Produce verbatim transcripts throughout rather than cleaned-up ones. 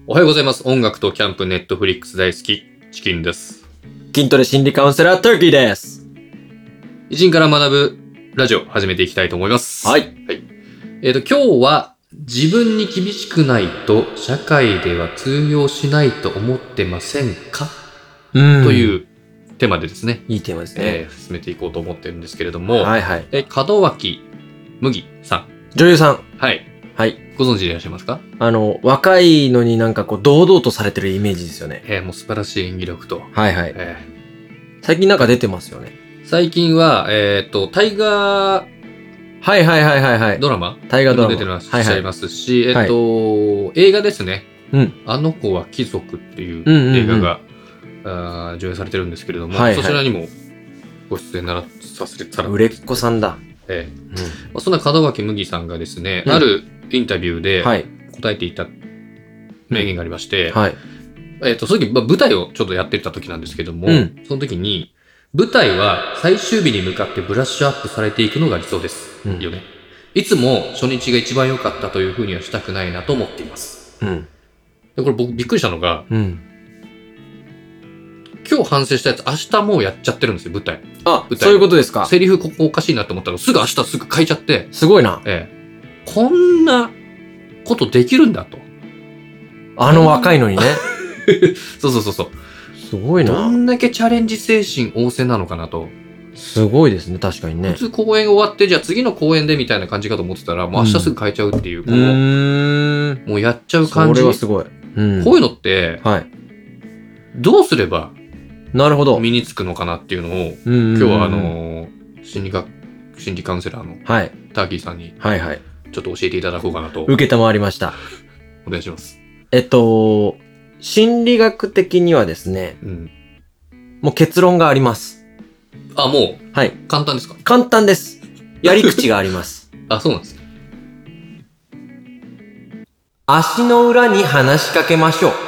おはようございます。音楽とキャンプ、ネットフリックス大好き、チキンです。 筋トレ心理カウンセラー、トゥーキーです。 偉人から学ぶラジオ、始めていきたいと思います。 はい。 はい。えっと、今日は、自分に厳しくないと、社会では通用しないと思ってませんか、 うん。 というテーマでですね。 いいテーマですね。 えー、進めていこうと思ってるんですけれども、 はいはい。 え、門脇麦さん。 女優さん。 はい。 はい。 ご存知でいらっしゃいますか？ あの、若いのになんかこう、堂々とされてるイメージですよね。 えー、もう素晴らしい演技力と。 はいはい。 えー、最近なんか出てますよね。 最近は、えっと、タイガー、 はいはいはいはいはい。 ドラマタイガードラマ。 出てらっしゃいますし、 はいはい、 えっと、はい、映画ですね。 うん。 あの子は貴族っていう映画が、うんうんうん、あ上映されてるんですけれども、はいはい、そちらにもご出演ならさせてたら。 売れっ子さんだ。 ええ。うん、まあ、そんな門脇麦さんがですね、うん、あるインタビューで答えていた名言がありまして、 はい。 えっと、その時、まあ、舞台をちょっとやってた時なんですけども、うん、その時に、舞台は最終日に向かってブラッシュアップされていくのが理想です。うん、よね。いつも初日が一番良かったというふうにはしたくないなと思っています。うん。で、これ僕びっくりしたのが、うん、今日反省したやつ明日もうやっちゃってるんですよ、舞台。 あ、舞台そういうことですか。 セリフここおかしいなと思ったらすぐ明日すぐ変えちゃって。 すごいな。 ええ。こんなことできるんだと。 あの若いのにね。 そうそうそうそう。 すごいな。 どんだけチャレンジ精神旺盛なのかなと。 すごいですね、確かにね。 普通公演終わって、じゃあ次の公演でみたいな感じかと思ってたら、もう明日すぐ変えちゃうっていう、この、うん、もうやっちゃう感じ。 それはすごい。 うん、こういうのって、はい、どうすれば、 なるほど。 身につくのかなっていうのを、今日はあのー、心理学、心理カウンセラーの、はい、ターキーさんに、はいはい、ちょっと教えていただこうかなと。 受けたまわりました。 お願いします。 えっと、心理学的にはですね、うん、もう結論があります。 あ、もう、 はい。 簡単ですか？ 簡単です。やり口があります。 あ、そうなんですか。 足の裏に話しかけましょう。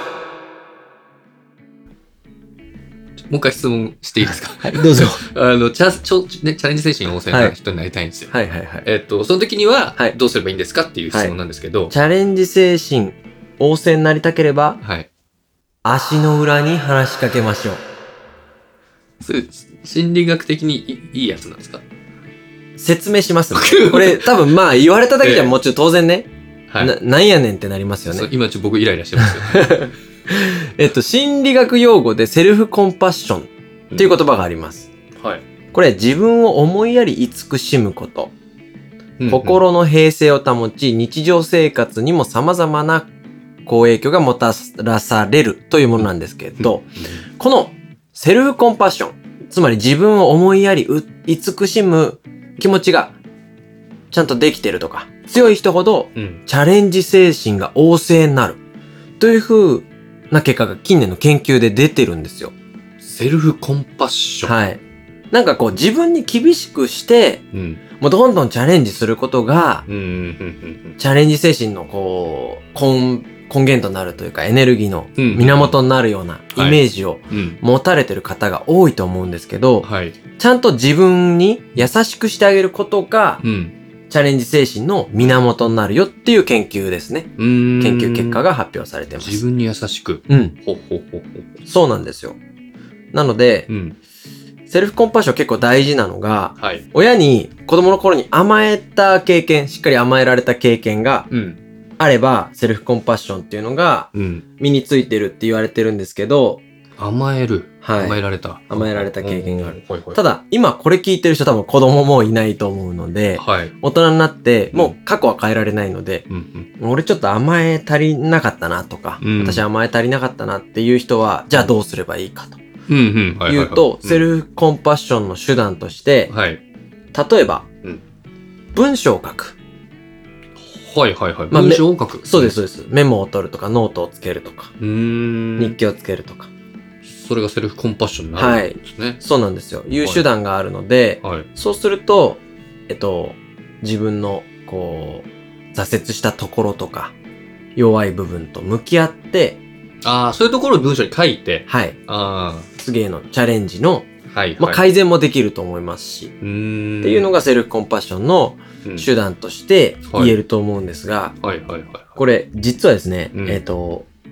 もう一回質問していいですか？ はい、どうぞ。 あの、チャ、ちょ、ね、チャレンジ精神旺盛な人になりたいんですよ。はい、はい、はいはい。えっと、その時には、どうすればいいんですかっていう質問なんですけど。 はい、チャレンジ精神旺盛になりたければ、はい。足の裏に話しかけましょう。 それ、心理学的にいいやつなんですか？ 説明しますね。これ多分まあ言われただけじゃもちろん当然ね、えー、はい、な、なんやねんってなりますよね。 今ちょっと僕イライラしてますよ。 えっと、心理学用語でセルフコンパッションっていう言葉があります。うん、はい。これ自分を思いやり慈しむこと。うんうん、心の平静を保ち、日常生活にも様々な好影響がもたらされるというものなんですけど、うんうん、このセルフコンパッション、つまり自分を思いやり慈しむ気持ちがちゃんとできてるとか、強い人ほどチャレンジ精神が旺盛になるという風な結果が近年の研究で出てるんですよ。 セルフコンパッション。 はい。なんかこう自分に厳しくして、うん、もうどんどんチャレンジすることが、うんうんうんうん、チャレンジ精神のこう、根、根源となるというかエネルギーの源になるようなイメージを持たれてる方が多いと思うんですけど、はい、ちゃんと自分に優しくしてあげることが、うん、チャレンジ精神の源になるよっていう研究ですね。うーん、研究結果が発表されてます。 自分に優しく。 うん。ほほほほ。そうなんですよ。なので、うん、セルフコンパッション結構大事なのが、はい、親に子供の頃に甘えた経験、しっかり甘えられた経験があれば、うん、セルフコンパッションっていうのが身についてるって言われてるんですけど、 甘える、はい、甘えられた甘えられた経験がある、はいはい、ただ今これ聞いてる人多分子供もいないと思うので、はい、大人になってもう過去は変えられないので、うんうん、俺ちょっと甘え足りなかったなとか、うん、私甘え足りなかったなっていう人はじゃあどうすればいいかというと、セルフコンパッションの手段として、はい、例えば、うん、文章を書く。 はいはいはい、まあ、文章を書く。 そうですそうです。メモを取るとかノートをつけるとか、うーん、日記をつけるとか。 それがセルフコンパッションになるんですね。 はい。そうなんですよ。いう手段があるので、はい、そうすると、えっと、自分の、こう、挫折したところとか、弱い部分と向き合って、 ああ、そういうところを文章に書いて、 はい。ああ。次へのチャレンジの、はい、まあ、改善もできると思いますし、うーんっていうのがセルフコンパッションの手段として言えると思うんですが、はい、はいはいはい。これ、実はですね、うん、えっと、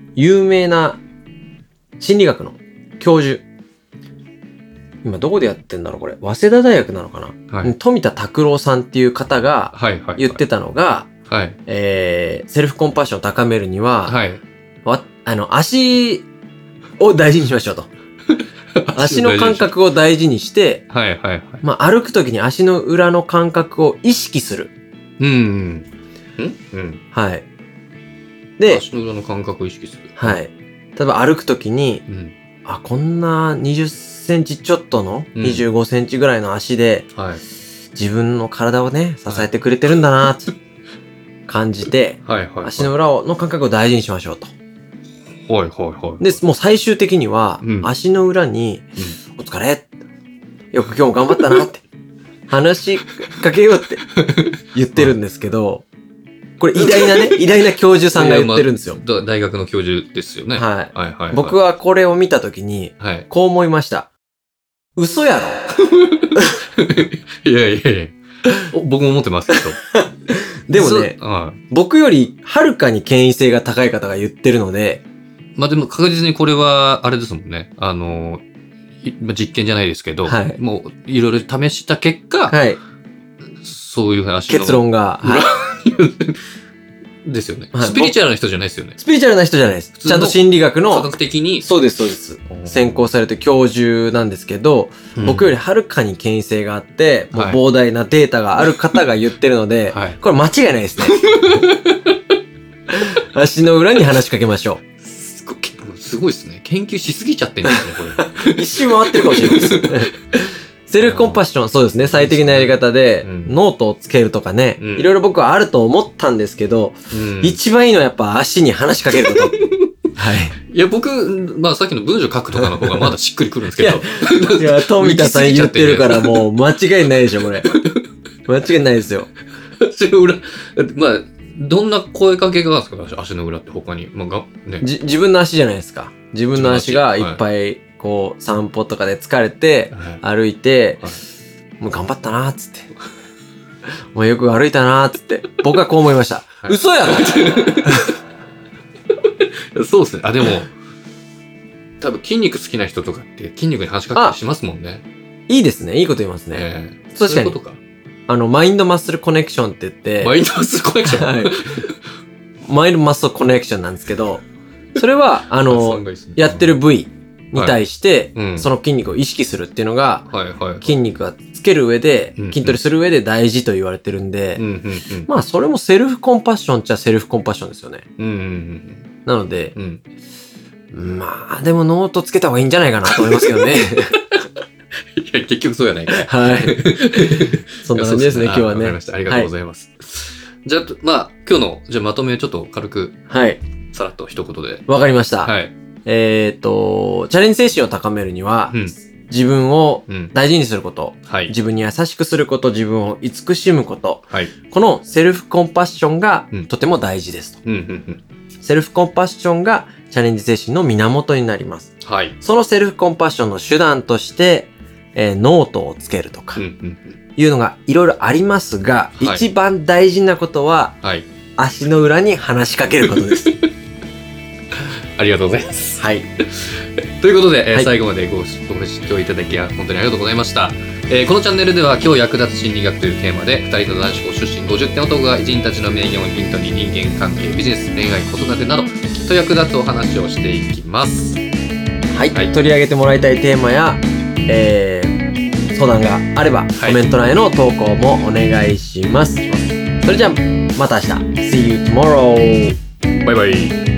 有名な心理学の教授。今どこでやってんだろうこれ。早稲田大学なのかな、はい、富田拓郎さんっていう方が言ってたのが、はいはいえー、セルフコンパッションを高めるには、はい、わあの足を大事にしましょうと。足の感覚を大事にして、はいはいはい、まあ、歩くときに足の裏の感覚を意識する。うん。んうん。はい。で、 足の裏の感覚を意識する。 はい。例えば歩くときに、うん、あ、こんなにじゅっセンチちょっとの、にじゅうごセンチぐらいの足で、うんはい、自分の体をね、支えてくれてるんだなって感じて、はいはいはい、足の裏の感覚を大事にしましょうと。 はいはいはい。 で、もう最終的には、うん、足の裏に、うん、お疲れよく今日も頑張ったなって、話しかけようって言ってるんですけど、これ偉大なね、偉大な教授さんが言ってるんですよ。 まあ、大学の教授ですよね。 はい。はいはいはい、僕はこれを見たときに、はい、こう思いました。嘘やろいやいやいや。僕も思ってますけど。 でもね、はい、僕よりはるかに権威性が高い方が言ってるので、 まあでも確実にこれは、あれですもんね。あの、実験じゃないですけど、はい、もういろいろ試した結果、はい、そういう話の結論が、はい、 ですよね、はい。スピリチュアルな人じゃないですよね。 スピリチュアルな人じゃないです。ちゃんと心理学の科学的に。 そうです、そうです。専攻されて教授なんですけど、うん、僕よりはるかに権威性があって、もう膨大なデータがある方が言ってるので、はい、これ間違いないですね。足の裏に話しかけましょう。 すごいですね。研究しすぎちゃってるんですね、これ。一周回ってるかもしれないです。セルフコンパッション、そうですね。最適なやり方で、うん、ノートをつけるとかね、うん、いろいろ僕はあると思ったんですけど、うん、一番いいのはやっぱ足に話しかけること。はい。 いや、僕、まあさっきの文章書くとかの方がまだしっくりくるんですけど。 いや、いや富田さん言ってるからもう間違いないでしょ、これ。間違いないですよ。 足の裏、まあ、どんな声かけがあるんですか足の裏って他に。まあがね、 じ自分の足じゃないですか。自分の足がいっぱいこう散歩とかで疲れて歩いて、はいはい、もう頑張ったなーっつって。もうよく歩いたなーっつって。僕はこう思いました。はい、嘘やろそうですね。あ、でも、多分筋肉好きな人とかって筋肉に話しかけたりしますもんね。 いいですね。いいこと言いますね。えー、確かに。そういうことか。あの、マインドマッスルコネクションって言って。 マインドマッスルコネクションはい。 マインドマッスルコネクションなんですけど、それは、あの、やってる部位に対して、はいうん、その筋肉を意識するっていうのが、はいはいはい、筋肉がつける上で、うんうん、筋トレする上で大事と言われてるんで、うんうんうん、まあ、それもセルフコンパッションっちゃセルフコンパッションですよね。うんうんうん、なので、うん、まあ、でもノートつけた方がいいんじゃないかなと思いますけどね。 いや、結局そうやないかい。 はい。そんな感じですね、今日はね。わかりました。ありがとうございます。はい、じゃあ、まあ、今日の、じゃあまとめをちょっと軽く。はい。さらっと一言で。 わかりました。はい。えっと、チャレンジ精神を高めるには、うん、自分を大事にすること、うんはい、自分に優しくすること、自分を慈しむこと、はい、このセルフコンパッションがとても大事ですと、うんうんうんうん。セルフコンパッションがチャレンジ精神の源になります。はい。そのセルフコンパッションの手段として、えー、ノートをつけるとか、うんうんうん、いうのがいろいろありますが、はい、一番大事なことは、はい、足の裏に話しかけることです。 ありがとうございます。はい。ということで、えーはい、最後までご視聴いただき本当にありがとうございました。えー、このチャンネルでは今日役立つ心理学というテーマでふたりの男子校出身ごじゅってん男が偉人たちの名言をヒントに人間関係、ビジネス、恋愛、子育てなどきっと役立つお話をしていきます。 はい。はい、取り上げてもらいたいテーマや、えー、相談があれば、はい、コメント欄への投稿もお願いします。それじゃあまた明日。See you tomorrow! バイバイ。